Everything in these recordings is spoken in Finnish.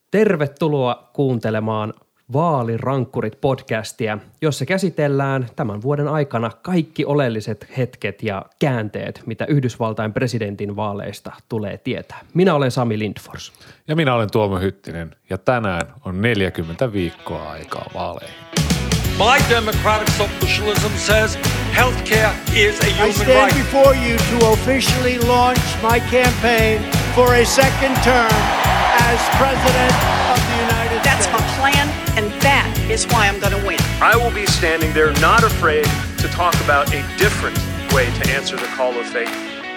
Tervetuloa kuuntelemaan Vaalirankkurit-podcastia, jossa käsitellään tämän vuoden aikana kaikki oleelliset hetket ja käänteet, mitä Yhdysvaltain presidentin vaaleista tulee tietää. Minä olen Sami Lindfors. Ja minä olen Tuomo Hyttinen, ja tänään on 40 viikkoa aikaa vaaleihin. My democratic socialism says healthcare is a human right. I stand before you to officially launch my campaign for a second term as President of the United States. That's my plan, and that is why I'm going to win. I will be standing there not afraid to talk about a different way to answer the call of faith.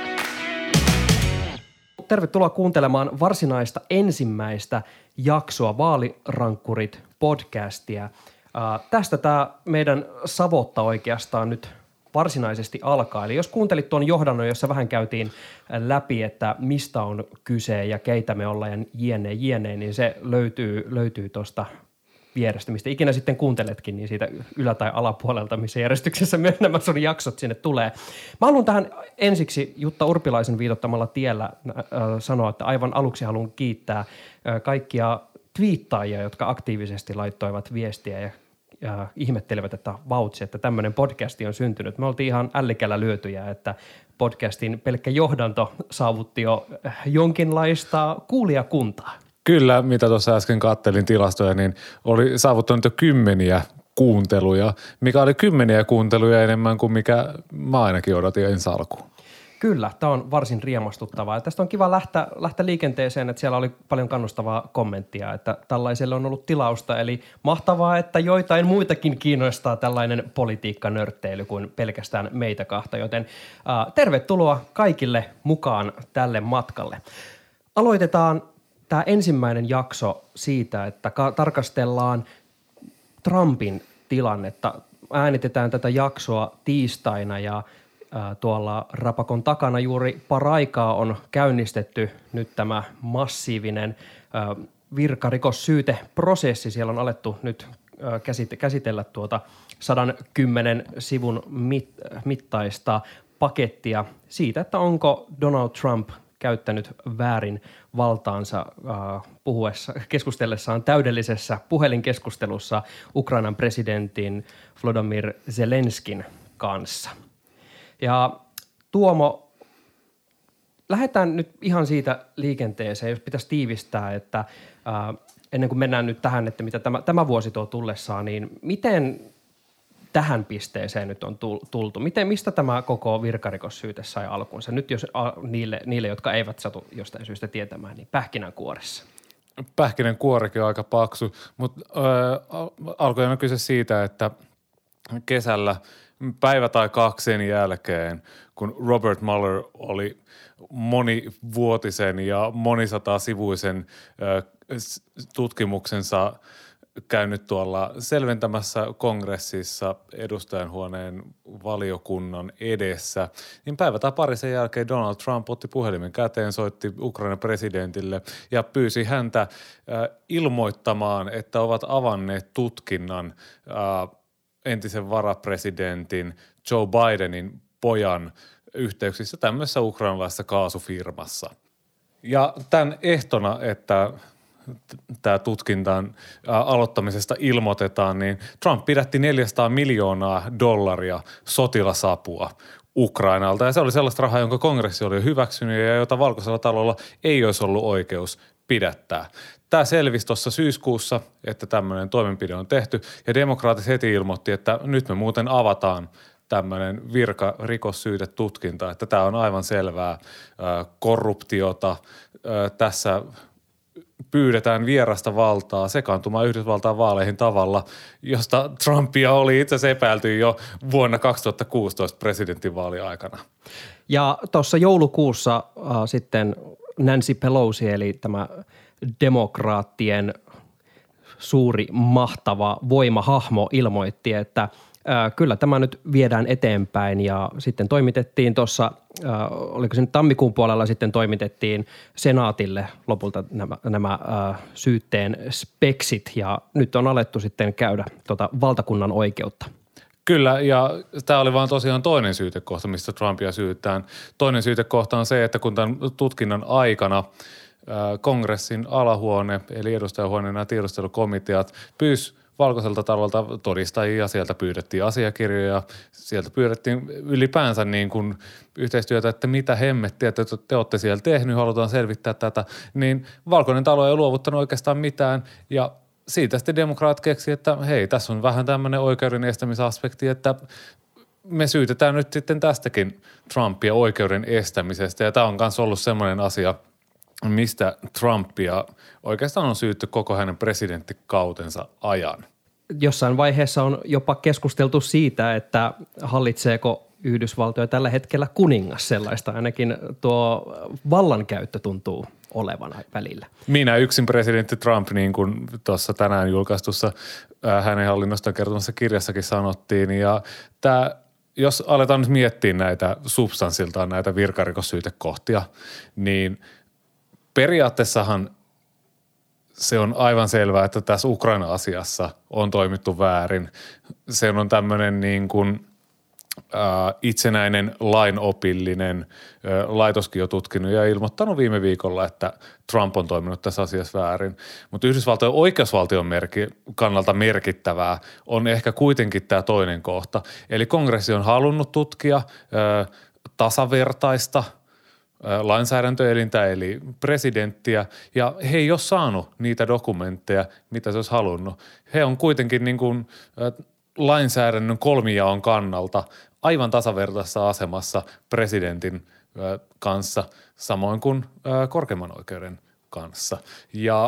Tervetuloa kuuntelemaan varsinaista ensimmäistä jaksoa Vaalirankkurit-podcastia. Tästä tämä meidän savotta oikeastaan nyt varsinaisesti alkaa. Eli jos kuuntelit tuon johdannon, jossa vähän käytiin läpi, että mistä on kyse ja keitä me ollaan ja jne, niin se löytyy tuosta vierestä, mistä ikinä sitten kuunteletkin, niin siitä ylä- tai alapuolelta, missä järjestyksessä myös nämä sun jaksot sinne tulee. Mä haluan tähän ensiksi Jutta Urpilaisen viitottamalla tiellä sanoa, että aivan aluksi haluan kiittää kaikkia twiittaajia, jotka aktiivisesti laittoivat viestiä ja ihmettelevät, että vautsi, että tämmöinen podcasti on syntynyt. Me oltiin ihan ällikällä lyötyjä, että podcastin pelkkä johdanto saavutti jo jonkinlaista kuulijakuntaa. Kyllä, mitä tuossa äsken kattelin tilastoja, niin oli saavuttanut jo 10 kuunteluja, mikä oli 10 kuunteluja enemmän kuin mikä mä ainakin odotin ensi alkuun. Kyllä, tämä on varsin riemastuttavaa. Ja tästä on kiva lähteä liikenteeseen, että siellä oli paljon kannustavaa kommenttia, että tällaiselle on ollut tilausta. Eli mahtavaa, että joitain muitakin kiinnostaa tällainen politiikkanörtteily kuin pelkästään meitä kahta. Joten tervetuloa kaikille mukaan tälle matkalle. Aloitetaan tämä ensimmäinen jakso siitä, että tarkastellaan Trumpin tilannetta. Äänitetään tätä jaksoa tiistaina ja tuolla rapakon takana juuri paraikaa on käynnistetty nyt tämä massiivinen virkarikossyyteprosessi. Siellä on alettu nyt käsitellä tuota 110 sivun mittaista pakettia siitä, että onko Donald Trump käyttänyt väärin valtaansa keskustellessaan täydellisessä puhelinkeskustelussa Ukrainan presidentin Volodymyr Zelenskin kanssa. Ja Tuomo, lähdetään nyt ihan siitä liikenteeseen, jos pitäisi tiivistää, että ennen kuin mennään nyt tähän, että mitä tämä vuosi tuo tullessaan, niin miten tähän pisteeseen nyt on tultu? Mistä tämä koko virkarikossyyte sai alkunsa? Nyt jos niille, jotka eivät satu jostain syystä tietämään, niin pähkinänkuoressa. Pähkinänkuorikin on aika paksu, mutta alkoi on kyse siitä, että kesällä päivä tai 2 sen jälkeen, kun Robert Mueller oli monivuotisen ja monisatasivuisen tutkimuksensa käynyt tuolla selventämässä kongressissa edustajanhuoneen valiokunnan edessä, niin päivä tai pari sen jälkeen Donald Trump otti puhelimen käteen, soitti Ukrainan presidentille ja pyysi häntä ilmoittamaan, että ovat avanneet tutkinnan entisen varapresidentin Joe Bidenin pojan yhteyksissä tämmöisessä ukrainalaisessa kaasufirmassa. Ja tämän ehtona, että tämä tutkintaan aloittamisesta ilmoitetaan, niin Trump pidätti $400 miljoonaa sotilasapua Ukrainalta. Ja se oli sellaista rahaa, jonka kongressi oli hyväksynyt ja jota Valkoisella talolla ei olisi ollut oikeus pidättää. Tämä selvisi tuossa syyskuussa, että tämmöinen toimenpide on tehty ja demokraatit heti ilmoitti, että nyt me muuten avataan tämmöinen virkarikossyytetutkinta, että tämä on aivan selvää korruptiota. Tässä pyydetään vierasta valtaa sekaantumaan Yhdysvaltain vaaleihin tavalla, josta Trumpia oli itse asiassa epäilty jo vuonna 2016 presidentinvaaliaikana. Ja tuossa joulukuussa sitten Nancy Pelosi, eli tämä demokraattien suuri mahtava voimahahmo ilmoitti, että kyllä tämä nyt viedään eteenpäin ja sitten toimitettiin tuossa, oliko se nyt tammikuun puolella sitten toimitettiin senaatille lopulta nämä syytteen speksit ja nyt on alettu sitten käydä valtakunnan oikeutta. Kyllä, ja tämä oli vaan tosiaan toinen syytekohta, mistä Trumpia syytetään. Toinen syytekohta on se, että kun tämän tutkinnan aikana kongressin alahuone, eli edustajahuoneen nämä tiedustelukomiteat pyysi Valkoiselta talolta todistajia, sieltä pyydettiin asiakirjoja, sieltä pyydettiin ylipäänsä niin kuin yhteistyötä, että mitä hemmettiä, että te olette siellä tehnyt, halutaan selvittää tätä, niin Valkoinen talo ei luovuttanut oikeastaan mitään ja siitä sitten demokraat keksi, että hei, tässä on vähän tämmöinen oikeuden estämisaspekti, että me syytetään nyt sitten tästäkin Trumpia oikeuden estämisestä ja tämä on myös ollut semmoinen asia, mistä Trumpia oikeastaan on syytty koko hänen presidenttikautensa ajan. Jossain vaiheessa on jopa keskusteltu siitä, että hallitseeko Yhdysvaltoja tällä hetkellä kuningas, sellaista ainakin tuo vallankäyttö tuntuu olevan välillä. Minä yksin presidentti Trump, niin kuin tuossa tänään julkaistussa hänen hallinnostaan kertomassa kirjassakin sanottiin, ja tämä jos aletaan nyt miettiä näitä substanssiltaan näitä virkarikossyytekohtia, niin periaatteessahan se on aivan selvää, että tässä Ukraina-asiassa on toimittu väärin. Se on tämmöinen niin kuin itsenäinen lainopillinen laitoskin jo tutkinut ja ilmoittanut viime viikolla, että Trump on toiminut tässä asiassa väärin. Mutta Yhdysvaltojen oikeusvaltion kannalta merkittävää on ehkä kuitenkin tämä toinen kohta. Eli kongressi on halunnut tutkia tasavertaista lainsäädäntöelintä eli presidenttiä ja he ei ole saanut niitä dokumentteja, mitä se olisi halunnut. He on kuitenkin niin kuin lainsäädännön kolmijaon kannalta aivan tasavertaisessa asemassa presidentin kanssa, samoin kuin korkeimman oikeuden kanssa. Ja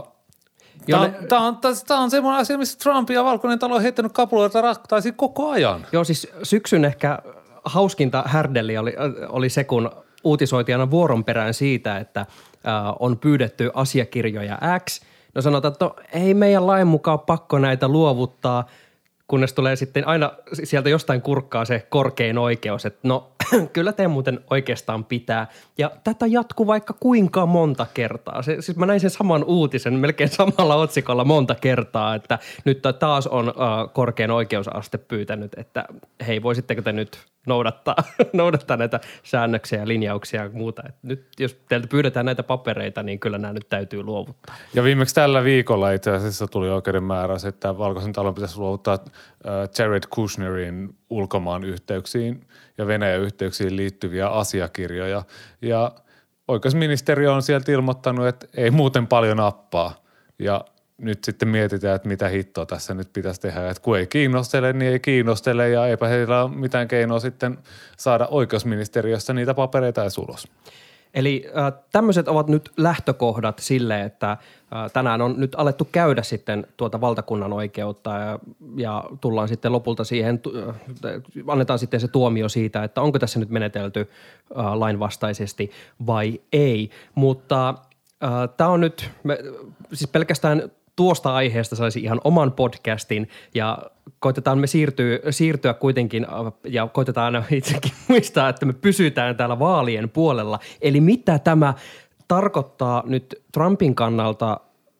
tämä on semmoinen asia, missä Trump ja Valkoinen talo on heittänyt kapuloita rattaisiin koko ajan. Joo, siis syksyn ehkä hauskinta härdelli oli se, kun uutisoitiin aina vuoron perään siitä, että on pyydetty asiakirjoja X. No sanotaan, että ei meidän lain mukaan pakko näitä luovuttaa, kunnes tulee sitten aina sieltä jostain kurkkaa se korkein oikeus, että no kyllä te muuten oikeastaan pitää. Ja tätä jatkuu vaikka kuinka monta kertaa. Siis mä näin sen saman uutisen melkein samalla otsikolla monta kertaa, että nyt taas on korkein oikeusaste pyytänyt, että hei, voisitteko te nyt noudattaa näitä säännöksiä ja linjauksia ja muuta. Et nyt jos teiltä pyydetään näitä papereita, niin kyllä nämä nyt täytyy luovuttaa. Ja viimeksi tällä viikolla itse asiassa tuli oikeuden määräys, että Valkoisen talon pitäisi luovuttaa Jared Kushnerin ulkomaan yhteyksiin ja Venäjän yhteyksiin liittyviä asiakirjoja. Ja oikeusministeriö on sieltä ilmoittanut, että ei muuten paljon appaa. Ja nyt sitten mietitään, että mitä hittoa tässä nyt pitäisi tehdä. Että kun ei kiinnostele, niin ei kiinnostele ja eipä heillä ole mitään keinoa sitten saada oikeusministeriöstä niitä papereita edes ulos. Eli tämmöiset ovat nyt lähtökohdat sille, että tänään on nyt alettu käydä sitten tuota valtakunnan oikeutta ja tullaan sitten lopulta siihen, annetaan sitten se tuomio siitä, että onko tässä nyt menetelty lainvastaisesti vai ei. Mutta tämä on nyt, siis pelkästään tuosta aiheesta saisi ihan oman podcastin ja koitetaan me siirtyä kuitenkin ja koitetaan aina itsekin muistaa, että me pysytään täällä vaalien puolella. Eli mitä tämä tarkoittaa nyt Trumpin kannalta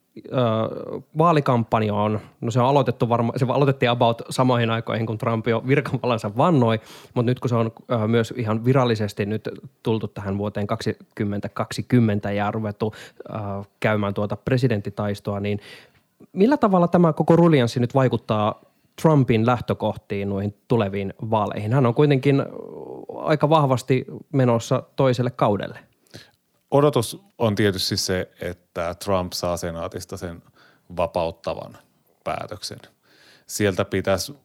vaalikampanja on, no se on aloitettu se aloitettiin about samoihin aikoihin, kun Trump jo virkavalansa vannoi, mutta nyt kun se on myös ihan virallisesti nyt tultu tähän vuoteen 2020 ja ruvettu käymään tuota presidenttitaistoa, niin millä tavalla tämä koko ruljanssi nyt vaikuttaa Trumpin lähtökohtiin noihin tuleviin vaaleihin? Hän on kuitenkin aika vahvasti menossa toiselle kaudelle. Odotus on tietysti se, että Trump saa senaatista sen vapauttavan päätöksen. Sieltä pitäisi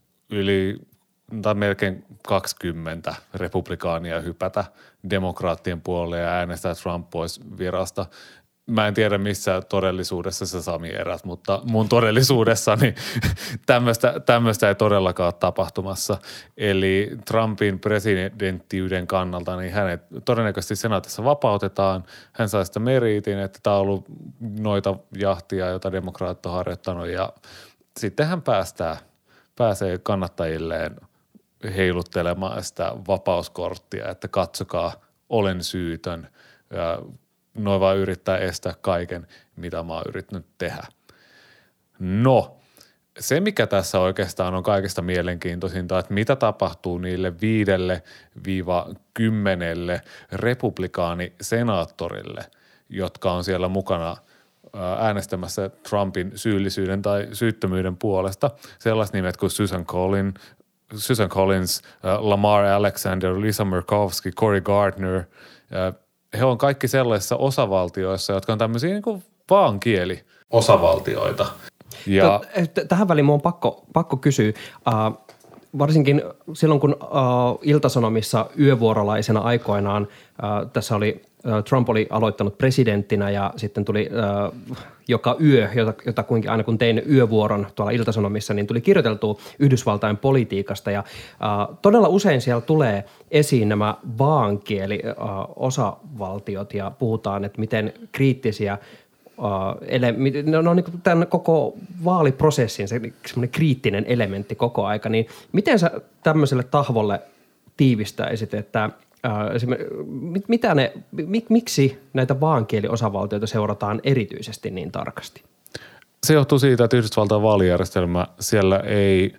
melkein 20 republikaania hypätä demokraattien puolelle ja äänestää Trump pois virasta. Mä en tiedä, missä todellisuudessa sä Sami erät, mutta mun todellisuudessani tämmöistä ei todellakaan ole tapahtumassa. Eli Trumpin presidenttiyden kannalta, niin hänet todennäköisesti senaatissa vapautetaan. Hän saa sitä meriitin, että tämä on ollut noita jahtia, jota demokraat on harjoittanut ja sitten hän pääsee kannattajilleen heiluttelemaan sitä vapauskorttia, että katsokaa, olen syytön ja noin vaan yrittää estää kaiken, mitä mä oon yrittänyt tehdä. No, se mikä tässä oikeastaan on kaikista mielenkiintoisinta, että mitä tapahtuu niille 5-10 republikaanisenaattorille, jotka on siellä mukana äänestämässä Trumpin syyllisyyden tai syyttömyyden puolesta. Sellaiset nimet kuin Susan Collins, Lamar Alexander, Lisa Murkowski, Cory Gardner. He on kaikki sellaisissa osavaltioissa, jotka on tämmöisiä niin kuin vaankieli-osavaltioita. Ja tähän väliin minun on pakko kysyä. Varsinkin silloin, kun Ilta-Sanomissa yövuorolaisena aikoinaan tässä oli Trump oli aloittanut presidenttinä ja sitten tuli joka yö, jota kuinkin aina kun tein yövuoron tuolla Ilta-Sanomissa, niin tuli kirjoiteltua Yhdysvaltain politiikasta ja todella usein siellä tulee esiin nämä vaankieli-osavaltiot ja puhutaan, että miten kriittisiä no niin kuin tämän koko vaaliprosessin semmoinen kriittinen elementti koko aika, niin miten sä tämmöiselle tahvolle tiivistäisit, että miksi näitä vaankieliosavaltioita seurataan erityisesti niin tarkasti? Se johtuu siitä, että Yhdysvaltain vaalijärjestelmä, siellä ei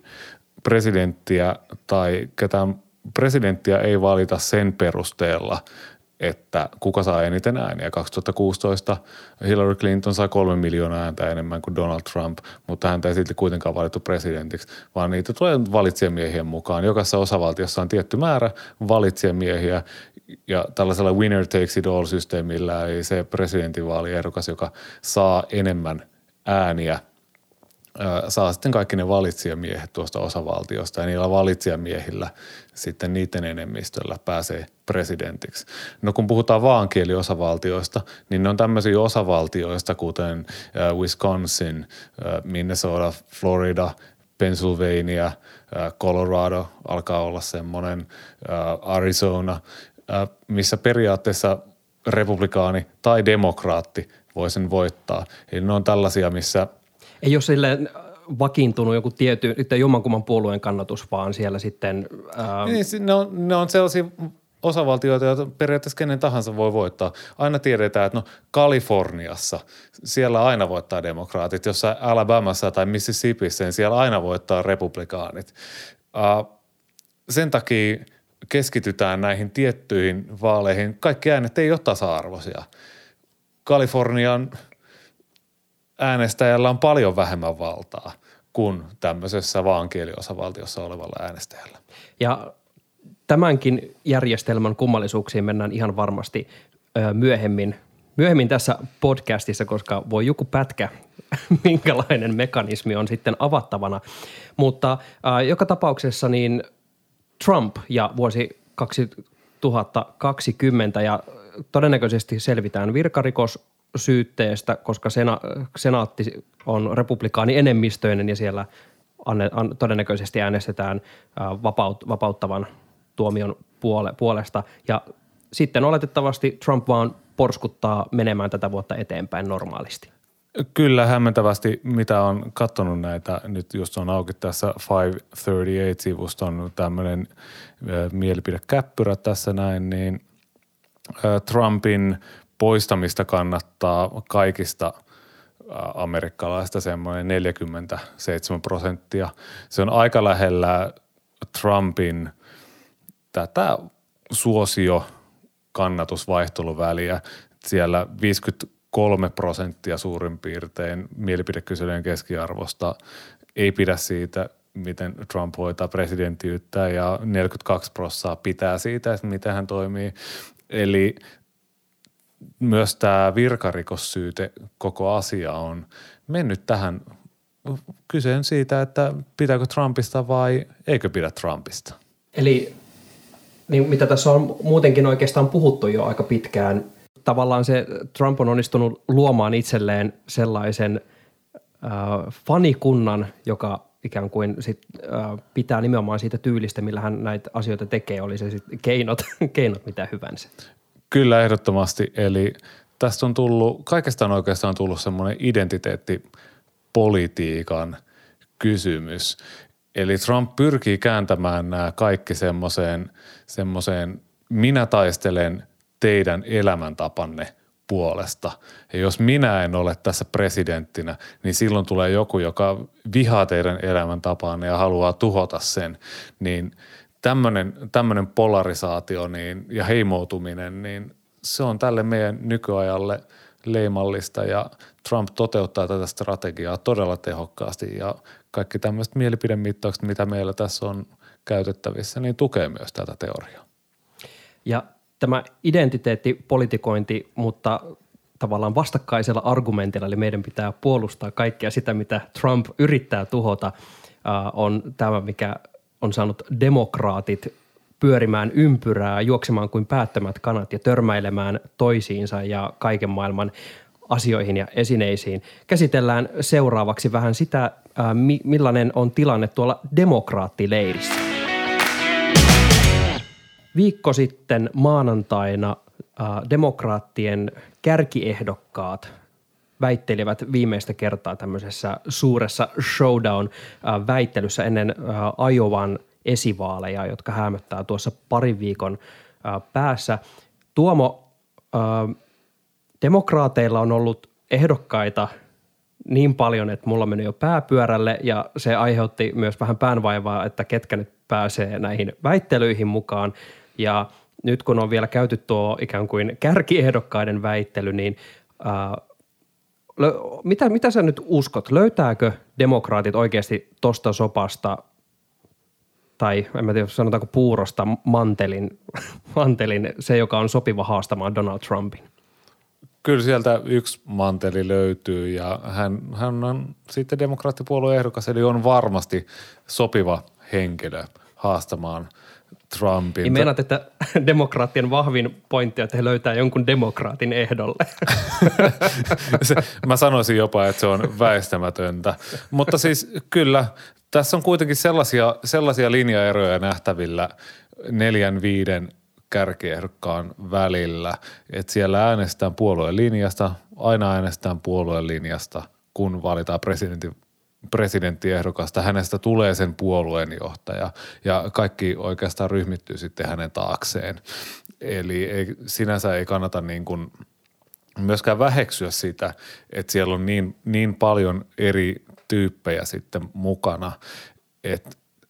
presidenttiä ei valita sen perusteella, että kuka saa eniten ääniä. 2016 Hillary Clinton sai 3 miljoonaa ääntä enemmän kuin Donald Trump, mutta häntä ei silti kuitenkaan valittu presidentiksi, vaan niitä tulee valitsijamiehien mukaan. Jokaisessa osavaltiossa on tietty määrä valitsijamiehiä ja tällaisella winner takes it all -systeemillä ei se presidentinvaaliehdokas, joka saa enemmän ääniä, saa sitten kaikki ne valitsijamiehet tuosta osavaltiosta ja niillä valitsijamiehillä sitten niiden enemmistöllä pääsee presidentiksi. No kun puhutaan vaankieliosavaltioista, niin ne on tämmöisiä osavaltioista kuten Wisconsin, Minnesota, Florida, Pennsylvania, Colorado alkaa olla semmoinen, Arizona, missä periaatteessa republikaani tai demokraatti voi sen voittaa. Eli ne on tällaisia, missä ei ole silleen vakiintunut joku tietty jommankumman puolueen kannatus, vaan siellä sitten Niin, ne on sellaisia osavaltioita, joita periaatteessa kenen tahansa voi voittaa. Aina tiedetään, että Kaliforniassa siellä aina voittaa demokraatit, jossain Alabamassa tai Mississippissä, niin siellä aina voittaa republikaanit. Sen takia keskitytään näihin tiettyihin vaaleihin. Kaikki äänet ei ole tasa-arvoisia. Kalifornian äänestäjällä on paljon vähemmän valtaa kuin tämmöisessä vaankieliosavaltiossa olevalla äänestäjällä. Ja tämänkin järjestelmän kummallisuuksiin mennään ihan varmasti myöhemmin tässä podcastissa, koska voi joku pätkä, minkälainen mekanismi on sitten avattavana. Mutta joka tapauksessa niin Trump ja vuosi 2020 ja todennäköisesti selvitään virkarikossyytteestä, koska senaatti on republikaani enemmistöinen ja siellä todennäköisesti äänestetään vapauttavan tuomion puolesta. Ja sitten oletettavasti Trump vaan porskuttaa menemään tätä vuotta eteenpäin normaalisti. Kyllä hämmentävästi, mitä on katsonut näitä, nyt just on auki tässä 538-sivuston tämmöinen mielipidekäppyrä tässä näin, niin Trumpin poistamista kannattaa kaikista amerikkalaista semmoinen 47%. Se on aika lähellä Trumpin tätä suosio-kannatusvaihteluväliä. Siellä 53% suurin piirtein mielipidekyselyjen keskiarvosta ei pidä siitä, miten Trump hoitaa presidenttiyttä ja 42% pitää siitä, että miten hän toimii. Eli myös tämä virkarikossyyte, koko asia on mennyt tähän kyseen siitä, että pitääkö Trumpista vai eikö pidä Trumpista. Eli niin mitä tässä on muutenkin oikeastaan puhuttu jo aika pitkään, tavallaan se Trump on onnistunut luomaan itselleen sellaisen fanikunnan, joka ikään kuin pitää nimenomaan siitä tyylistä, millä hän näitä asioita tekee, oli se sitten keinot mitä hyvänsä. Kyllä ehdottomasti, eli tästä on kaikesta on oikeastaan tullut semmoinen identiteettipolitiikan kysymys. Eli Trump pyrkii kääntämään nämä kaikki semmoiseen minä taistelen teidän elämäntapanne puolesta. Ja jos minä en ole tässä presidenttinä, niin silloin tulee joku, joka vihaa teidän elämäntapanne ja haluaa tuhota sen. Niin tämmöinen polarisaatio ja heimoutuminen, niin se on tälle meidän nykyajalle leimallista ja Trump toteuttaa tätä strategiaa todella tehokkaasti ja kaikki tämmöiset mielipidemittaukset, mitä meillä tässä on käytettävissä, niin tukee myös tätä teoriaa. Ja tämä identiteettipolitikointi, mutta tavallaan vastakkaisella argumentilla, eli meidän pitää puolustaa kaikkea sitä, mitä Trump yrittää tuhota, on tämä, mikä on saanut demokraatit pyörimään ympyrää, juoksemaan kuin päättömät kanat ja törmäilemään toisiinsa ja kaiken maailman asioihin ja esineisiin. Käsitellään seuraavaksi vähän sitä, millainen on tilanne tuolla demokraattileirissä. Viikko sitten maanantaina demokraattien kärkiehdokkaat väittelivät viimeistä kertaa tämmöisessä suuressa showdown-väittelyssä ennen Iowan esivaaleja, jotka häämöttää tuossa parin viikon päässä. Tuomo, demokraateilla on ollut ehdokkaita niin paljon, että mulla meni jo pääpyörälle ja se aiheutti myös vähän päänvaivaa, että ketkä nyt pääsee näihin väittelyihin mukaan. Ja nyt kun on vielä käyty tuo ikään kuin kärkiehdokkaiden väittely, niin mitä sä nyt uskot? Löytääkö demokraatit oikeasti tosta sopasta tai en mä tiedä, sanotaanko puurosta mantelin, se joka on sopiva haastamaan Donald Trumpin? Kyllä sieltä yksi manteli löytyy ja hän on sitten demokraattipuolueen ehdokas, eli on varmasti sopiva henkilö haastamaan Trumpin. Niin meinaat, että demokraattien vahvin pointti on, että he löytää jonkun demokraatin ehdolle. Mä sanoisin jopa, että se on väistämätöntä. Mutta siis kyllä, tässä on kuitenkin sellaisia linjaeroja nähtävillä 4-5 kärkiehdokkaan välillä, että siellä äänestetään puolueen linjasta, aina äänestetään puolueen linjasta, kun valitaan presidenttiehdokasta, hänestä tulee sen puolueen johtaja ja kaikki oikeastaan ryhmittyy sitten hänen taakseen. Eli sinänsä ei kannata niin kuin myöskään väheksyä sitä, että siellä on niin paljon eri tyyppejä sitten mukana, että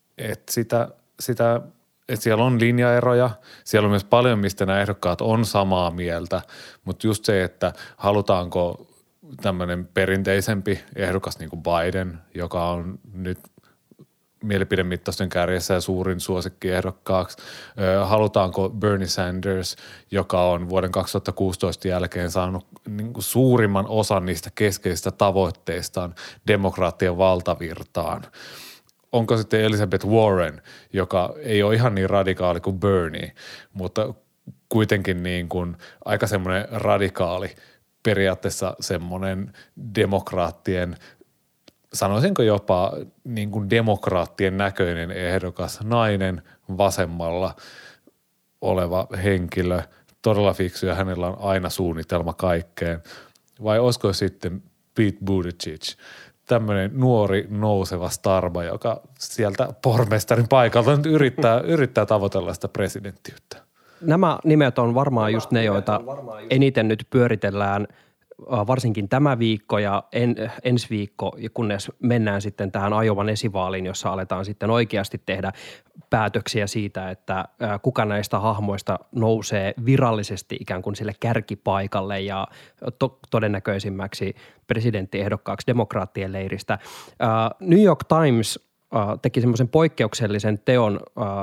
siellä on linjaeroja, siellä on myös paljon, mistä nämä ehdokkaat on samaa mieltä, mutta just se, että halutaanko tämmöinen perinteisempi ehdokas niin kuin Biden, joka on nyt mielipidemittausten kärjessä ja suurin suosikki ehdokkaaksi. Halutaanko Bernie Sanders, joka on vuoden 2016 jälkeen saanut niin kuin suurimman osan niistä keskeisistä tavoitteistaan demokraattien valtavirtaan. Onko sitten Elizabeth Warren, joka ei ole ihan niin radikaali kuin Bernie, mutta kuitenkin niin kuin aika semmoinen radikaali, periaatteessa semmoinen demokraattien, sanoisinko jopa niin kuin demokraattien näköinen ehdokas, nainen vasemmalla oleva henkilö, todella fiksu ja hänellä on aina suunnitelma kaikkeen. Vai olisiko sitten Pete Buttigieg, tämmöinen nuori nouseva starba, joka sieltä pormestarin paikalta nyt yrittää tavoitella sitä presidenttiyttä. Nämä nimet on varmaan just ne, joita eniten nyt pyöritellään varsinkin tämä viikko ja ensi viikko, kunnes mennään sitten tähän Iowan esivaaliin, jossa aletaan sitten oikeasti tehdä päätöksiä siitä, että kuka näistä hahmoista nousee virallisesti ikään kuin sille kärkipaikalle ja todennäköisimmäksi presidenttiehdokkaaksi demokraattien leiristä. New York Times teki semmoisen poikkeuksellisen teon,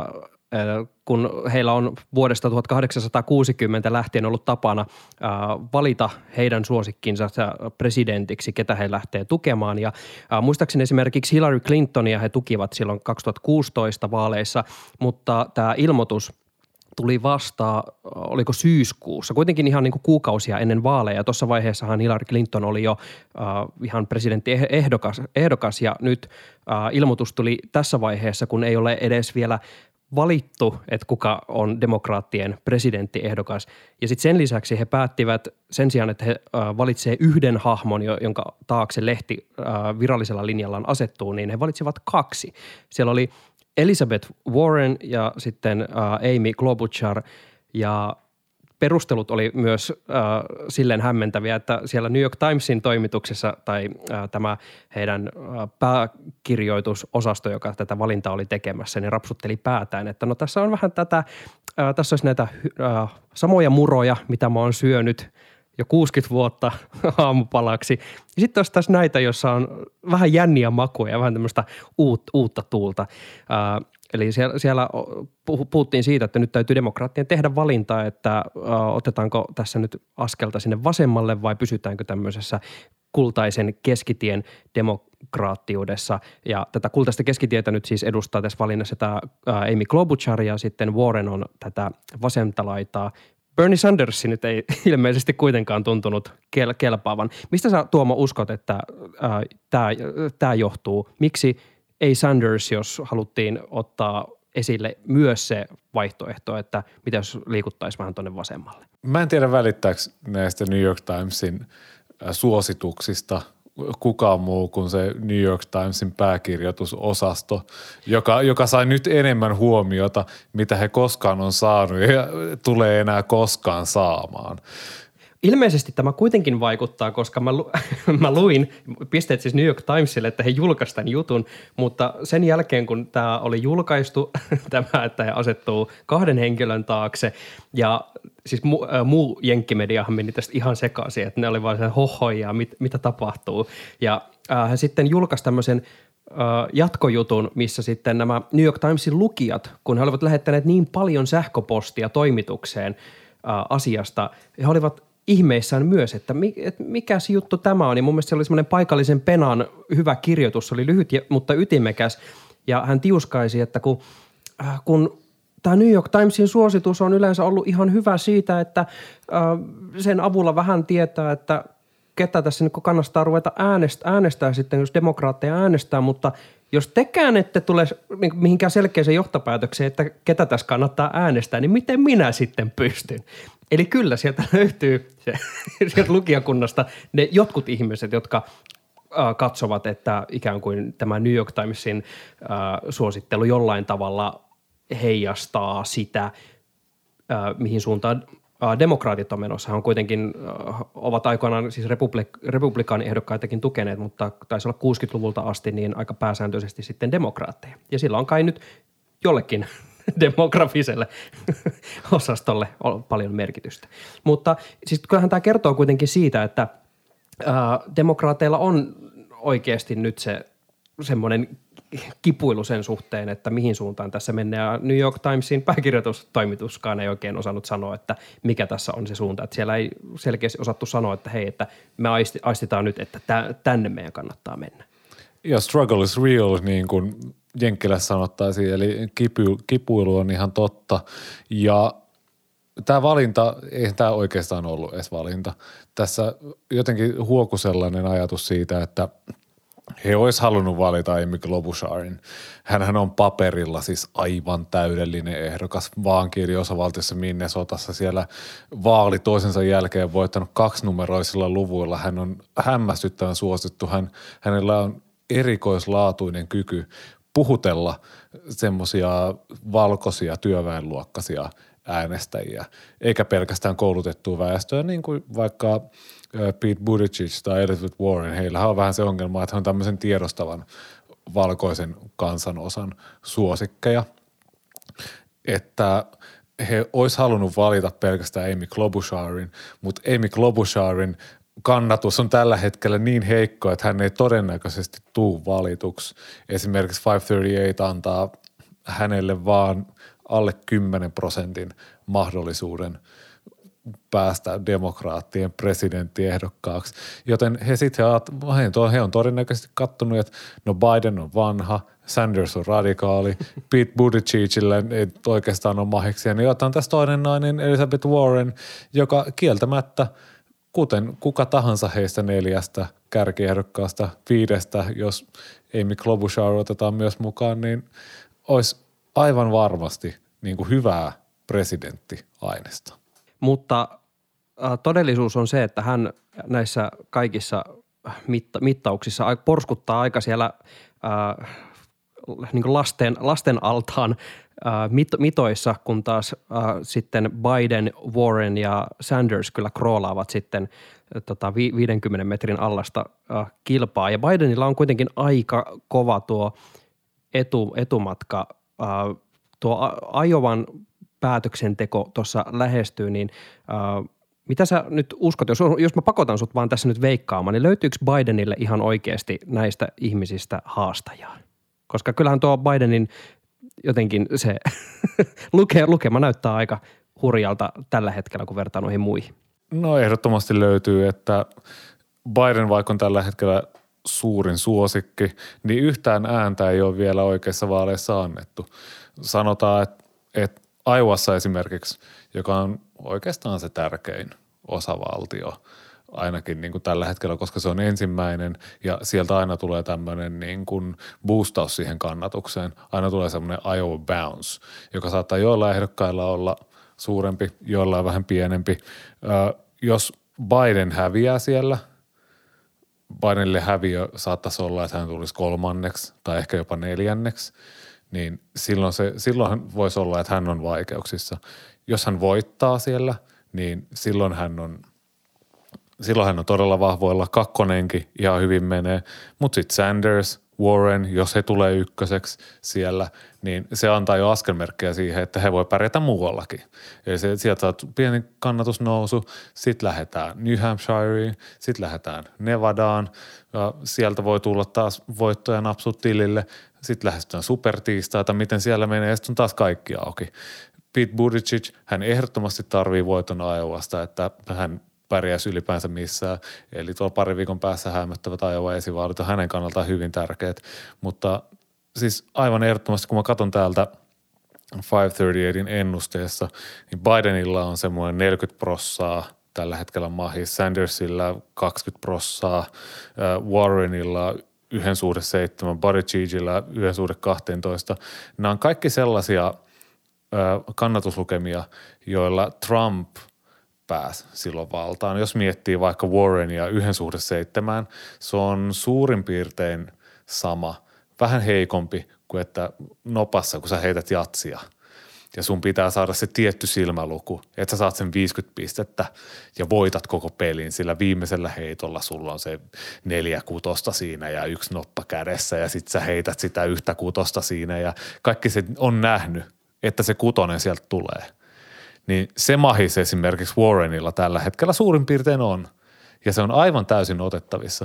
kun heillä on vuodesta 1860 lähtien ollut tapana valita heidän suosikkinsa presidentiksi, ketä he lähtee tukemaan. Ja muistaakseni esimerkiksi Hillary Clintonia he tukivat silloin 2016 vaaleissa, mutta tämä ilmoitus tuli vasta, oliko syyskuussa, kuitenkin ihan niin kuin kuukausia ennen vaaleja. Tuossa vaiheessahan Hillary Clinton oli jo ihan presidenttiehdokas ja nyt ilmoitus tuli tässä vaiheessa, kun ei ole edes vielä valittu, että kuka on demokraattien presidenttiehdokas. Ja sitten sen lisäksi he päättivät sen sijaan, että he valitsee yhden hahmon, jonka taakse lehti virallisella linjallaan asettuu, niin he valitsivat 2. Siellä oli Elizabeth Warren ja sitten Amy Klobuchar ja perustelut oli myös silleen hämmentäviä, että siellä New York Timesin toimituksessa tai tämä heidän pääkirjoitusosasto, joka tätä valintaa oli tekemässä, niin rapsutteli päätään, että no tässä on vähän tässä olisi näitä samoja muroja, mitä mä oon syönyt jo 60 vuotta aamupalaksi. Ja sitten olisi taas näitä, joissa on vähän jänniä makuja ja vähän tämmöistä uutta tuulta. Eli siellä puhuttiin siitä, että nyt täytyy demokraattien tehdä valintaa, että otetaanko tässä nyt askelta sinne vasemmalle vai pysytäänkö tämmöisessä kultaisen keskitien demokraattiudessa. Ja tätä kultaista keskitietä nyt siis edustaa tässä valinnassa tämä Amy Klobuchar ja sitten Warren on tätä vasenta laitaa. Bernie Sanders nyt ei ilmeisesti kuitenkaan tuntunut kelpaavan. Mistä sä, Tuomo, uskot, että tämä johtuu? Miksi ei Sanders, jos haluttiin ottaa esille myös se vaihtoehto, että mitä jos liikuttaisiin vähän tuonne vasemmalle? Mä en tiedä välittääkö näistä New York Timesin suosituksista kukaan muu kuin se New York Timesin pääkirjoitusosasto, joka sai nyt enemmän huomiota, mitä he koskaan on saanut ja tulee enää koskaan saamaan. Ilmeisesti tämä kuitenkin vaikuttaa, koska mä luin pisteet siis New York Timesille, että he julkaisivat tämän jutun, mutta sen jälkeen kun tämä oli julkaistu, että he asettuu 2 henkilön taakse ja siis muu jenkkimediahan meni tästä ihan sekaisin, että ne oli vaan se hohoja, mitä tapahtuu. Ja he sitten julkaisi tämmöisen jatkojutun, missä sitten nämä New York Timesin lukijat, kun he olivat lähettäneet niin paljon sähköpostia toimitukseen asiasta, he olivat ihmeissään myös, että mikä se juttu tämä on. Ja mun mielestä se oli semmoinen paikallisen penan hyvä kirjoitus, se oli lyhyt mutta ytimekäs. Ja hän tiuskaisi, että kun tämä New York Timesin suositus on yleensä ollut ihan hyvä siitä, että sen avulla vähän tietää, että ketä tässä niin kannattaa ruveta äänestää sitten, jos demokraatteja äänestää, mutta jos tekään ette tule niin mihinkään selkeäseen johtopäätökseen, että ketä tässä kannattaa äänestää, niin miten minä sitten pystyn? Eli kyllä sieltä löytyy sieltä lukijakunnasta ne jotkut ihmiset, jotka katsovat, että ikään kuin tämä New York Timesin suosittelu jollain tavalla heijastaa sitä, mihin suuntaan demokraatit on menossa. He kuitenkin ovat aikoinaan siis republikaaniehdokkaitakin tukeneet, mutta taisi olla 60-luvulta asti niin aika pääsääntöisesti sitten demokraatteja. Ja sillä on kai nyt jollekin demografiselle osastolle on paljon merkitystä. Mutta siis kyllähän tämä kertoo kuitenkin siitä, että demokraateilla on oikeasti nyt se semmoinen kipuilu sen suhteen, että mihin suuntaan tässä mennään. Ja New York Timesin pääkirjoitustoimituskaan ei oikein osannut sanoa, että mikä tässä on se suunta. Että siellä ei selkeästi osattu sanoa, että hei, että me aistitaan nyt, että tänne meidän kannattaa mennä. Ja struggle is real, niin kuin Jenkkilässä sanottaisiin, eli kipuilu on ihan totta. Ja tämä valinta, eihän tämä oikeastaan ollut edes valinta. Tässä jotenkin huokui sellainen ajatus siitä, että he olisi halunnut valita Amy Klobucharin. Hänhän on paperilla siis aivan täydellinen ehdokas vaankieliosavaltiossa Minnesotassa. Siellä vaali toisensa jälkeen voittanut 2-numeroisilla luvuilla. Hän on hämmästyttävän suosittu. Hänellä on erikoislaatuinen kyky puhutella semmoisia valkoisia työväenluokkaisia äänestäjiä, eikä pelkästään koulutettua väestöä, niin kuin vaikka Pete Buttigieg tai Elizabeth Warren. Heillähän on vähän se ongelma, että he on tämmöisen tiedostavan valkoisen kansanosan suosikkeja, että he olisi halunnut valita pelkästään Amy Klobucharin, mutta Amy Klobucharin kannatus on tällä hetkellä niin heikko, että hän ei todennäköisesti tule valituksi. Esimerkiksi 538 antaa hänelle vaan alle 10% mahdollisuuden päästä demokraattien presidenttiehdokkaaksi. Joten he on todennäköisesti kattonut, että no Biden on vanha, Sanders on radikaali, Pete Buttigiegille ei oikeastaan ole mahiksia, niin otetaan tässä toinen nainen Elizabeth Warren, joka kieltämättä, kuten kuka tahansa heistä 4 kärkiehdokkaasta 5, jos Amy Klobuchar otetaan myös mukaan, niin olisi aivan varmasti niin kuin hyvää presidenttiainesta. Mutta todellisuus on se, että hän näissä kaikissa mittauksissa porskuttaa aika siellä niin kuin lasten altaan mitoissa, kun taas sitten Biden, Warren ja Sanders kyllä kroolaavat sitten 50 metrin allasta kilpaa. Ja Bidenilla on kuitenkin aika kova tuo etumatka. Tuo Iowan päätöksenteko tuossa lähestyy, niin mitä sä nyt uskot, jos mä pakotan sut vaan tässä nyt veikkaamaan, niin löytyykö Bidenille ihan oikeasti näistä ihmisistä haastajaa? Koska kyllähän tuo Bidenin jotenkin se lukema näyttää aika hurjalta tällä hetkellä, kun vertaa noihin muihin. No ehdottomasti löytyy, että Biden vaikka on tällä hetkellä suurin suosikki, niin yhtään ääntä ei ole vielä oikeissa vaaleissa annettu. Sanotaan, että Iowassa esimerkiksi, joka on oikeastaan se tärkein osavaltio, ainakin niin kuin tällä hetkellä, koska se on ensimmäinen ja sieltä aina tulee tämmöinen niin kuin boostaus siihen kannatukseen. Aina tulee semmoinen Iowa bounce, joka saattaa joillain ehdokkailla olla suurempi, joillain vähän pienempi. Jos Biden häviää siellä, Bidenille häviö saattaisi olla, että hän tulisi 3. tai ehkä jopa 4, niin silloin voisi olla, että hän on vaikeuksissa. Jos hän voittaa siellä, niin silloin hän on todella vahvoilla. 2. ihan hyvin menee, mutta sitten Sanders, Warren, jos he tulee 1 siellä, niin se antaa jo askelmerkkejä siihen, että he voi pärjätä muuallakin. Eli sieltä saat pieni kannatusnousu, sitten lähdetään New Hampshireen, sitten lähdetään Nevadaan, ja sieltä voi tulla taas voittoja napsut tilille, sitten lähestytään supertiistaita, miten siellä menee, ja sitten on taas kaikki auki. Pete Buttigieg, hän ehdottomasti tarvii voiton Iowasta, että hän pärjäisi ylipäänsä missään. Eli tuolla pari viikon päässä häämöttävät Iowa esivaalit on hänen kannaltaan hyvin tärkeät. Mutta siis aivan ehdottomasti, kun mä katson täältä 538 ennusteessa, niin Bidenilla on semmoinen 40% tällä hetkellä mahis, Sandersilla 20%, Warrenilla 1:7, Buttigiegillä 1:12. Nämä on kaikki sellaisia kannatuslukemia, joilla Trump pääsi silloin valtaan. Jos miettii vaikka Warrenia 1:7, se on suurin piirtein sama, vähän heikompi kuin että nopassa, kun sä heität jatsia. Ja sun pitää saada se tietty silmäluku, että sä saat sen 50 pistettä ja voitat koko pelin, sillä viimeisellä heitolla sulla on se 4 kutosta siinä ja 1 noppa kädessä ja sit sä heität sitä 1 kutosta siinä ja kaikki se on nähnyt, että se 6 sieltä tulee. Niin se mahis esimerkiksi Warrenilla tällä hetkellä suurin piirtein on ja se on aivan täysin otettavissa.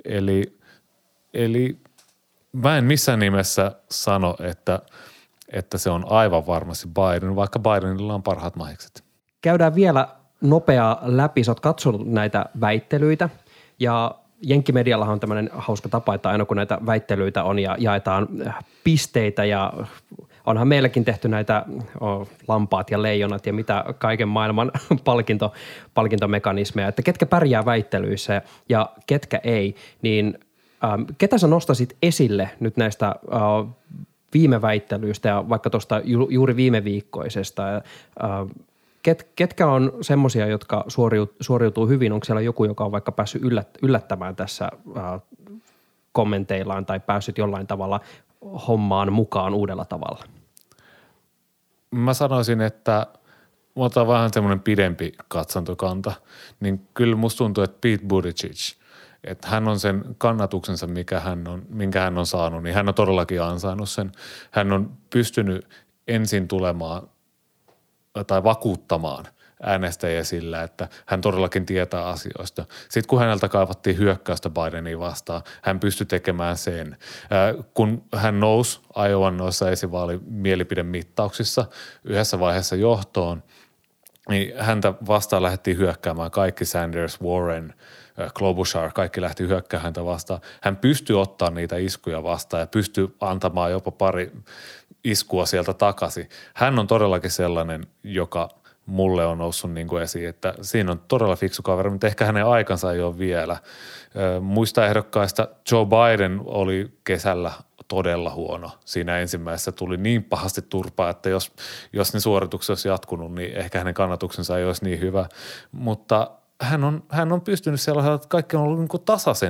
Eli mä en missään nimessä sano, että se on aivan varmasti Biden, vaikka Bidenilla on parhaat mahikset. Käydään vielä nopeaa läpi. Sä oot katsonut näitä väittelyitä ja jenkkimediallahan on tämmöinen hauska tapa, että aina kun näitä väittelyitä on ja jaetaan pisteitä ja onhan meilläkin tehty näitä lampaat ja leijonat ja mitä kaiken maailman palkintomekanismeja, että ketkä pärjää väittelyissä ja ketkä ei, niin ketä sä nostasit esille nyt näistä viime väittelyistä ja vaikka tuosta juuri viime viikkoisesta, ketkä on semmoisia, jotka suoriutuu hyvin? Onko siellä joku, joka on vaikka päässyt yllättämään tässä kommenteillaan tai päässyt jollain tavalla hommaan mukaan uudella tavalla? Mä sanoisin, että otan vähän semmoinen pidempi katsantokanta, niin kyllä musta tuntuu, että Pete Buttigieg, että hän on sen kannatuksensa, minkä hän on saanut, niin hän on todellakin ansainnut sen. Hän on pystynyt ensin tulemaan tai vakuuttamaan äänestäjiä sillä, että hän todellakin tietää asioista. Sitten kun häneltä kaivattiin hyökkäystä Bidenia vastaan, hän pystyi tekemään sen. Kun hän nousi Iowan noissa esivaalimielipidemittauksissa yhdessä vaiheessa johtoon, niin häntä vastaan lähdettiin hyökkäämään kaikki Sanders, Warren, Klobuchar, kaikki lähti hyökkäämään häntä vastaan. Hän pystyi ottaa niitä iskuja vastaan ja pystyi antamaan jopa pari iskua sieltä takaisin. Hän on todellakin sellainen, joka mulle on noussut niin kuin esiin, että siinä on todella fiksu kaveri, mutta ehkä hänen aikansa ei ole vielä. Muista ehdokkaista Joe Biden oli kesällä todella huono. Siinä ensimmäisessä tuli niin pahasti turpaa, että jos ne suoritukset olisi jatkunut, niin ehkä hänen kannatuksensa ei olisi niin hyvä. Mutta hän on pystynyt sellaisella, että kaikki on ollut niin kuin tasaisen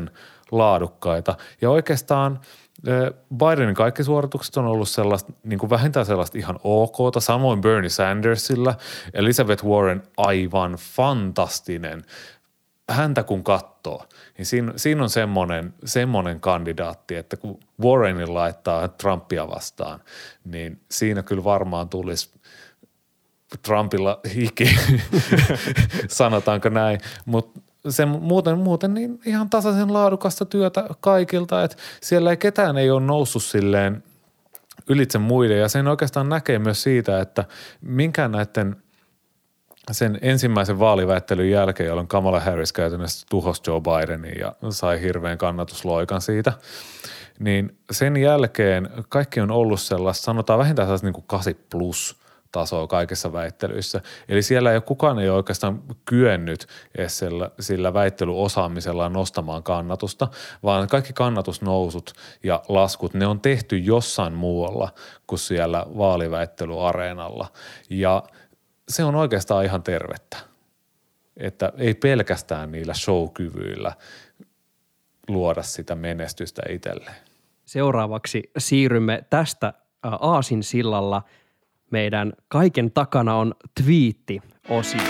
laadukkaita. Ja oikeastaan Bidenin kaikki suoritukset on ollut sellaista, niin kuin vähintään sellaista ihan okta, samoin Bernie Sandersilla, Elizabeth Warren aivan fantastinen. Häntä kun katsoo, niin siinä on semmoinen kandidaatti, että kun Warrenin laittaa Trumpia vastaan, niin siinä kyllä varmaan tulisi Trumpilla hiki, sanotaanko näin, mutta muuten niin ihan tasaisen laadukasta työtä kaikilta, että siellä ketään ei ole noussut silleen ylitse muiden ja sen oikeastaan näkee myös siitä, että minkään näiden sen ensimmäisen vaaliväittelyn jälkeen, jolloin Kamala Harris käytännössä tuhosi Joe Bidenin ja sai hirveän kannatusloikan siitä, niin sen jälkeen kaikki on ollut sellaista, sanotaan vähintään sellaista niin kuin 8+ tasoa kaikissa väittelyissä. Eli siellä kukaan ei ole oikeastaan kyennyt edes sillä väittelyosaamisellaan nostamaan kannatusta, vaan kaikki kannatusnousut ja laskut, ne on tehty jossain muualla kuin siellä vaaliväittelyareenalla. Ja se on oikeastaan ihan tervettä, että ei pelkästään niillä showkyvyillä luoda sitä menestystä itselleen. Seuraavaksi siirrymme tästä aasinsillalla meidän kaiken takana on twiitti-osio.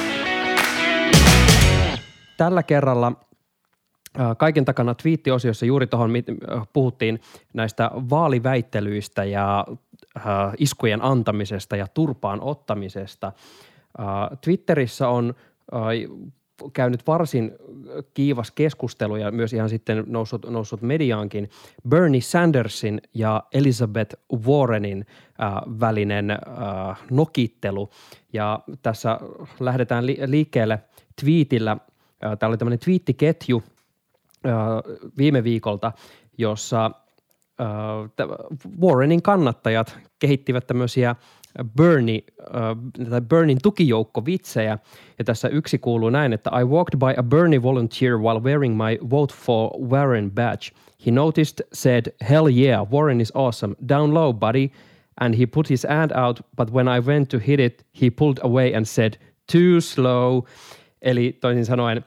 Tällä kerralla kaiken takana twiitti-osiossa juuri tuohon puhuttiin näistä vaaliväittelyistä ja iskujen antamisesta ja turpaan ottamisesta. Twitterissä on käynyt varsin kiivas keskustelu ja myös ihan sitten noussut mediaankin Bernie Sandersin ja Elizabeth Warrenin välinen nokittelu. Ja tässä lähdetään liikkeelle twiitillä. Täällä oli tämmöinen twiittiketju viime viikolta, jossa Warrenin kannattajat kehittivät tämmöisiä Bernin tukijoukkovitsejä. Ja tässä yksi kuuluu näin, että I walked by a Bernie volunteer while wearing my vote for Warren badge. He noticed, said, hell yeah, Warren is awesome. Down low, buddy. And he put his hand out, but when I went to hit it, he pulled away and said, too slow. Eli toisin sanoen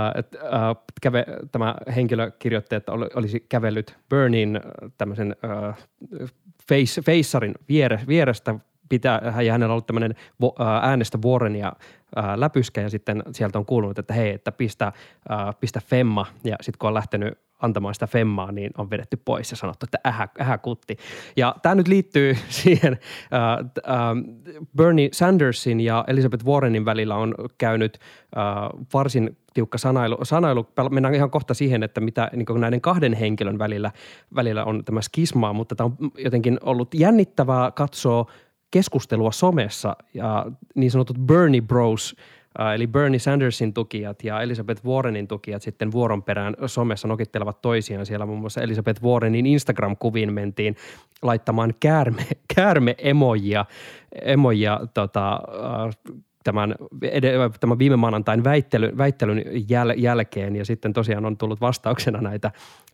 tämä henkilö kirjoitti, että olisi kävellyt Bernin tämmöisen feissarin vierestä ja hänellä on ollut tämmöinen äänestä Warrenia läpyskä ja sitten sieltä on kuulunut, että hei, että pistä femma ja sitten kun on lähtenyt antamaan sitä femmaa, niin on vedetty pois ja sanottu, että ähä kutti. Ja tämä nyt liittyy siihen, Bernie Sandersin ja Elizabeth Warrenin välillä on käynyt varsin tiukka sanailu. Mennään ihan kohta siihen, että mitä niin näiden kahden henkilön välillä on tämä skismaa, mutta tämä on jotenkin ollut jännittävää katsoa keskustelua somessa ja niin sanotut Bernie Bros, eli Bernie Sandersin tukijat ja Elizabeth Warrenin tukijat sitten vuoron perään somessa nokittelevat toisiaan. Siellä muun muassa Elizabeth Warrenin Instagram-kuviin mentiin laittamaan käärme-emojia tämän viime maanantain väittelyn jälkeen ja sitten tosiaan on tullut vastauksena näitä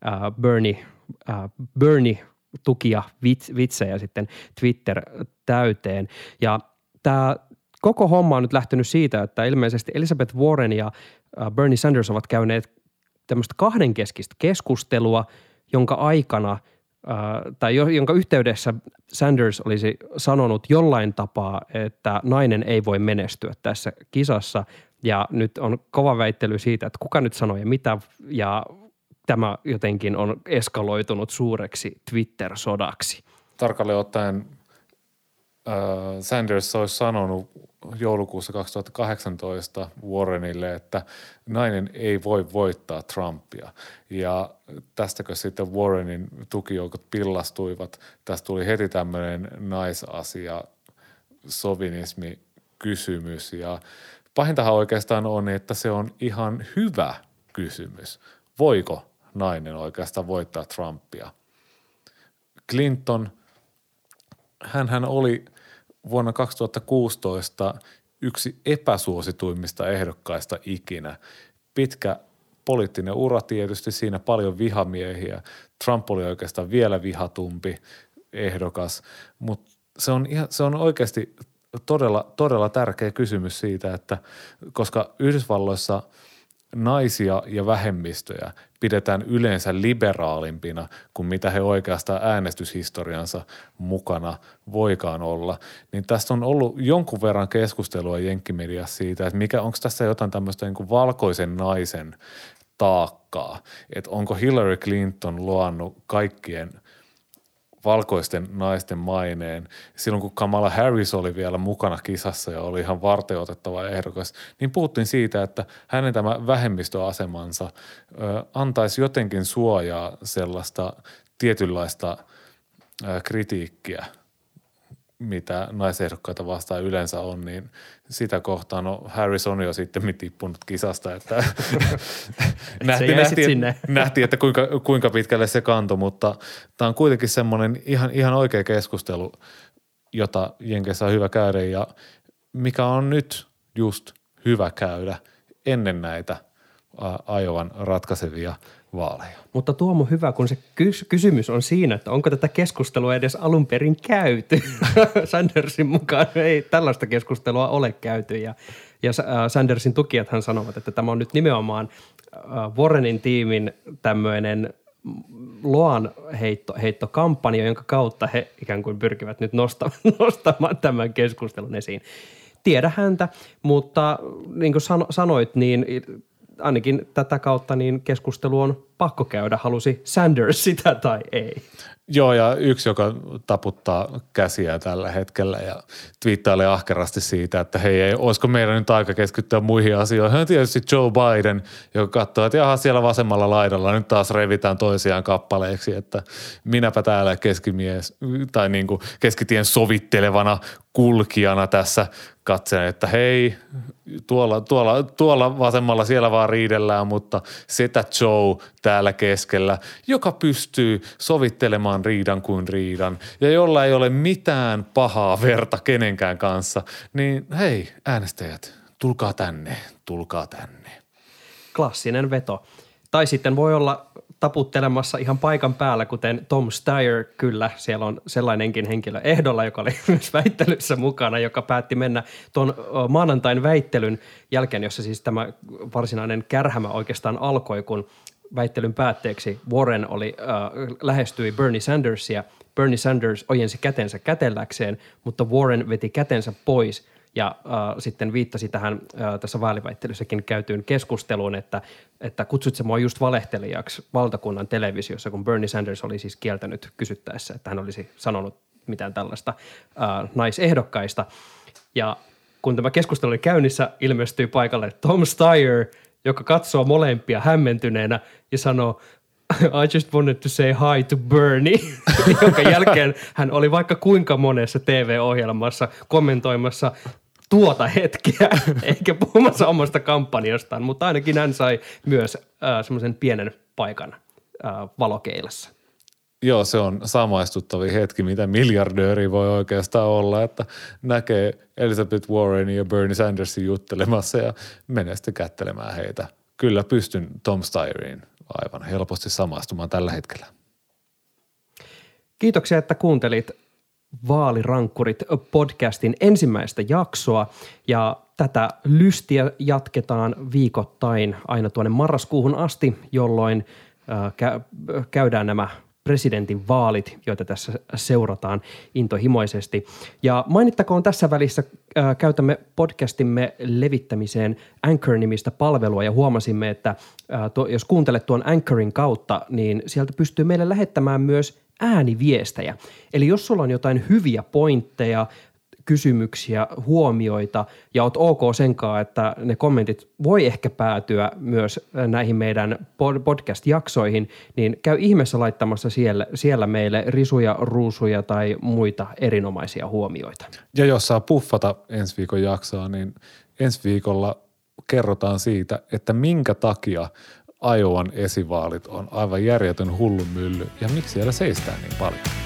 Bernie tukia vitsejä sitten Twitter täyteen. Ja tämä koko homma on nyt lähtenyt siitä, että ilmeisesti Elizabeth Warren ja Bernie Sanders ovat käyneet tämmöistä kahdenkeskistä keskustelua, jonka aikana tai jonka yhteydessä Sanders olisi sanonut jollain tapaa, että nainen ei voi menestyä tässä kisassa. Ja nyt on kova väittely siitä, että kuka nyt sanoi ja mitä, ja tämä jotenkin on eskaloitunut suureksi Twitter-sodaksi. Tarkalleen ottaen Sanders olisi sanonut joulukuussa 2018 Warrenille, että nainen ei voi voittaa Trumpia. Ja tästäkö sitten Warrenin tukijoukot pillastuivat. Tästä tuli heti tämmöinen naisasia, sovinismi kysymys. Ja pahintahan oikeastaan on, että se on ihan hyvä kysymys. Voiko nainen oikeastaan voittaa Trumpia? Clinton, hänhän oli vuonna 2016 yksi epäsuosituimmista ehdokkaista ikinä. Pitkä poliittinen ura tietysti, siinä paljon vihamiehiä. Trump oli oikeastaan vielä vihatumpi ehdokas, mutta se on oikeasti todella, todella tärkeä kysymys siitä, että koska Yhdysvalloissa naisia ja vähemmistöjä pidetään yleensä liberaalimpina kuin mitä he oikeastaan äänestyshistoriansa mukana voikaan olla, niin tästä on ollut jonkun verran keskustelua jenkkimediassa siitä, että onko tässä jotain tämmöistä niin kuin valkoisen naisen taakkaa, että onko Hillary Clinton luonut kaikkien valkoisten naisten maineen. Silloin kun Kamala Harris oli vielä mukana kisassa ja oli ihan varteenotettava ehdokas, niin puhuttiin siitä, että hänen tämä vähemmistöasemansa antaisi jotenkin suojaa sellaista tietynlaista kritiikkiä, mitä naisehdokkaita vastaan yleensä on, niin sitä kohtaan Harris on jo sitten tippunut kisasta, että nähtiin, että kuinka pitkälle se kantoi, mutta tämä on kuitenkin semmoinen ihan oikea keskustelu, jota Jenkeissä on hyvä käydä ja mikä on nyt just hyvä käydä ennen näitä Iowan ratkaisevia vaaleja. Mutta Tuomo, hyvä, kun se kysymys on siinä, että onko tätä keskustelua edes alun perin käyty. Sandersin mukaan ei tällaista keskustelua ole käyty ja Sandersin tukijathan sanovat, että tämä on nyt nimenomaan Warrenin tiimin tämmöinen loan heittokampanja, jonka kautta he ikään kuin pyrkivät nyt nostamaan tämän keskustelun esiin. Tiedä häntä, mutta niin kuin sanoit, niin ainakin tätä kautta niin keskustelu on pakko käydä, halusi Sanders sitä tai ei. Joo, ja yksi, joka taputtaa käsiä tällä hetkellä ja twiittailee ahkerasti siitä, että hei, olisiko meidän nyt aika keskittyä muihin asioihin. Tietysti Joe Biden, joka katsoo, että jaha, siellä vasemmalla laidalla nyt taas revitään toisiaan kappaleeksi, että minäpä täällä keskimies tai niin kuin keskitien sovittelevana kulkijana tässä katselen, että hei, tuolla vasemmalla siellä vaan riidellään, mutta setä Joe täällä keskellä, joka pystyy sovittelemaan riidan kuin riidan ja jolla ei ole mitään pahaa verta kenenkään kanssa, niin hei äänestäjät, tulkaa tänne. Klassinen veto. Tai sitten voi olla taputtelemassa ihan paikan päällä, kuten Tom Steyer, kyllä, siellä on sellainenkin henkilö ehdolla, joka oli myös väittelyssä mukana, joka päätti mennä tuon maanantain väittelyn jälkeen, jossa siis tämä varsinainen kärhämä oikeastaan alkoi, kun väittelyn päätteeksi Warren lähestyi Bernie Sandersia. Bernie Sanders ojensi kätensä kätelläkseen, mutta Warren veti kätensä pois ja sitten viittasi tähän tässä vaaliväittelyssäkin käytyyn keskusteluun, että kutsut se mua just valehtelijaksi valtakunnan televisiossa, kun Bernie Sanders oli siis kieltänyt kysyttäessä, että hän olisi sanonut mitään tällaista naisehdokkaista. Ja kun tämä keskustelu oli käynnissä, ilmestyi paikalle Tom Steyer, joka katsoo molempia hämmentyneenä ja sanoo, I just wanted to say hi to Bernie, jonka jälkeen hän oli vaikka kuinka monessa TV-ohjelmassa kommentoimassa tuota hetkeä, eikä puhumassa omasta kampanjastaan, mutta ainakin hän sai myös semmoisen pienen paikan valokeilassa. Joo, se on samaistuttavia hetki, mitä miljardööri voi oikeastaan olla, että näkee Elizabeth Warrenin ja Bernie Sandersin juttelemassa ja menee sitten kättelemään heitä. Kyllä pystyn Tom Steyeriin aivan helposti samaistumaan tällä hetkellä. Kiitoksia, että kuuntelit Vaalirankkurit podcastin ensimmäistä jaksoa ja tätä lystiä jatketaan viikoittain aina tuonne marraskuuhun asti, jolloin käydään nämä presidentin vaalit, joita tässä seurataan intohimoisesti. Ja mainittakoon tässä välissä käytämme podcastimme levittämiseen Anchor-nimistä palvelua ja huomasimme, että jos kuuntelet tuon Anchorin kautta, niin sieltä pystyy meille lähettämään myös ääniviestejä. Eli jos sulla on jotain hyviä pointteja, kysymyksiä, huomioita ja oot ok senkaan, että ne kommentit voi ehkä päätyä myös näihin meidän podcast-jaksoihin, niin käy ihmeessä laittamassa siellä meille risuja, ruusuja tai muita erinomaisia huomioita. Ja jos saa puffata ensi viikon jaksoa, niin ensi viikolla kerrotaan siitä, että minkä takia Iowan esivaalit on aivan järjetön hullunmylly ja miksi siellä seistään niin paljon.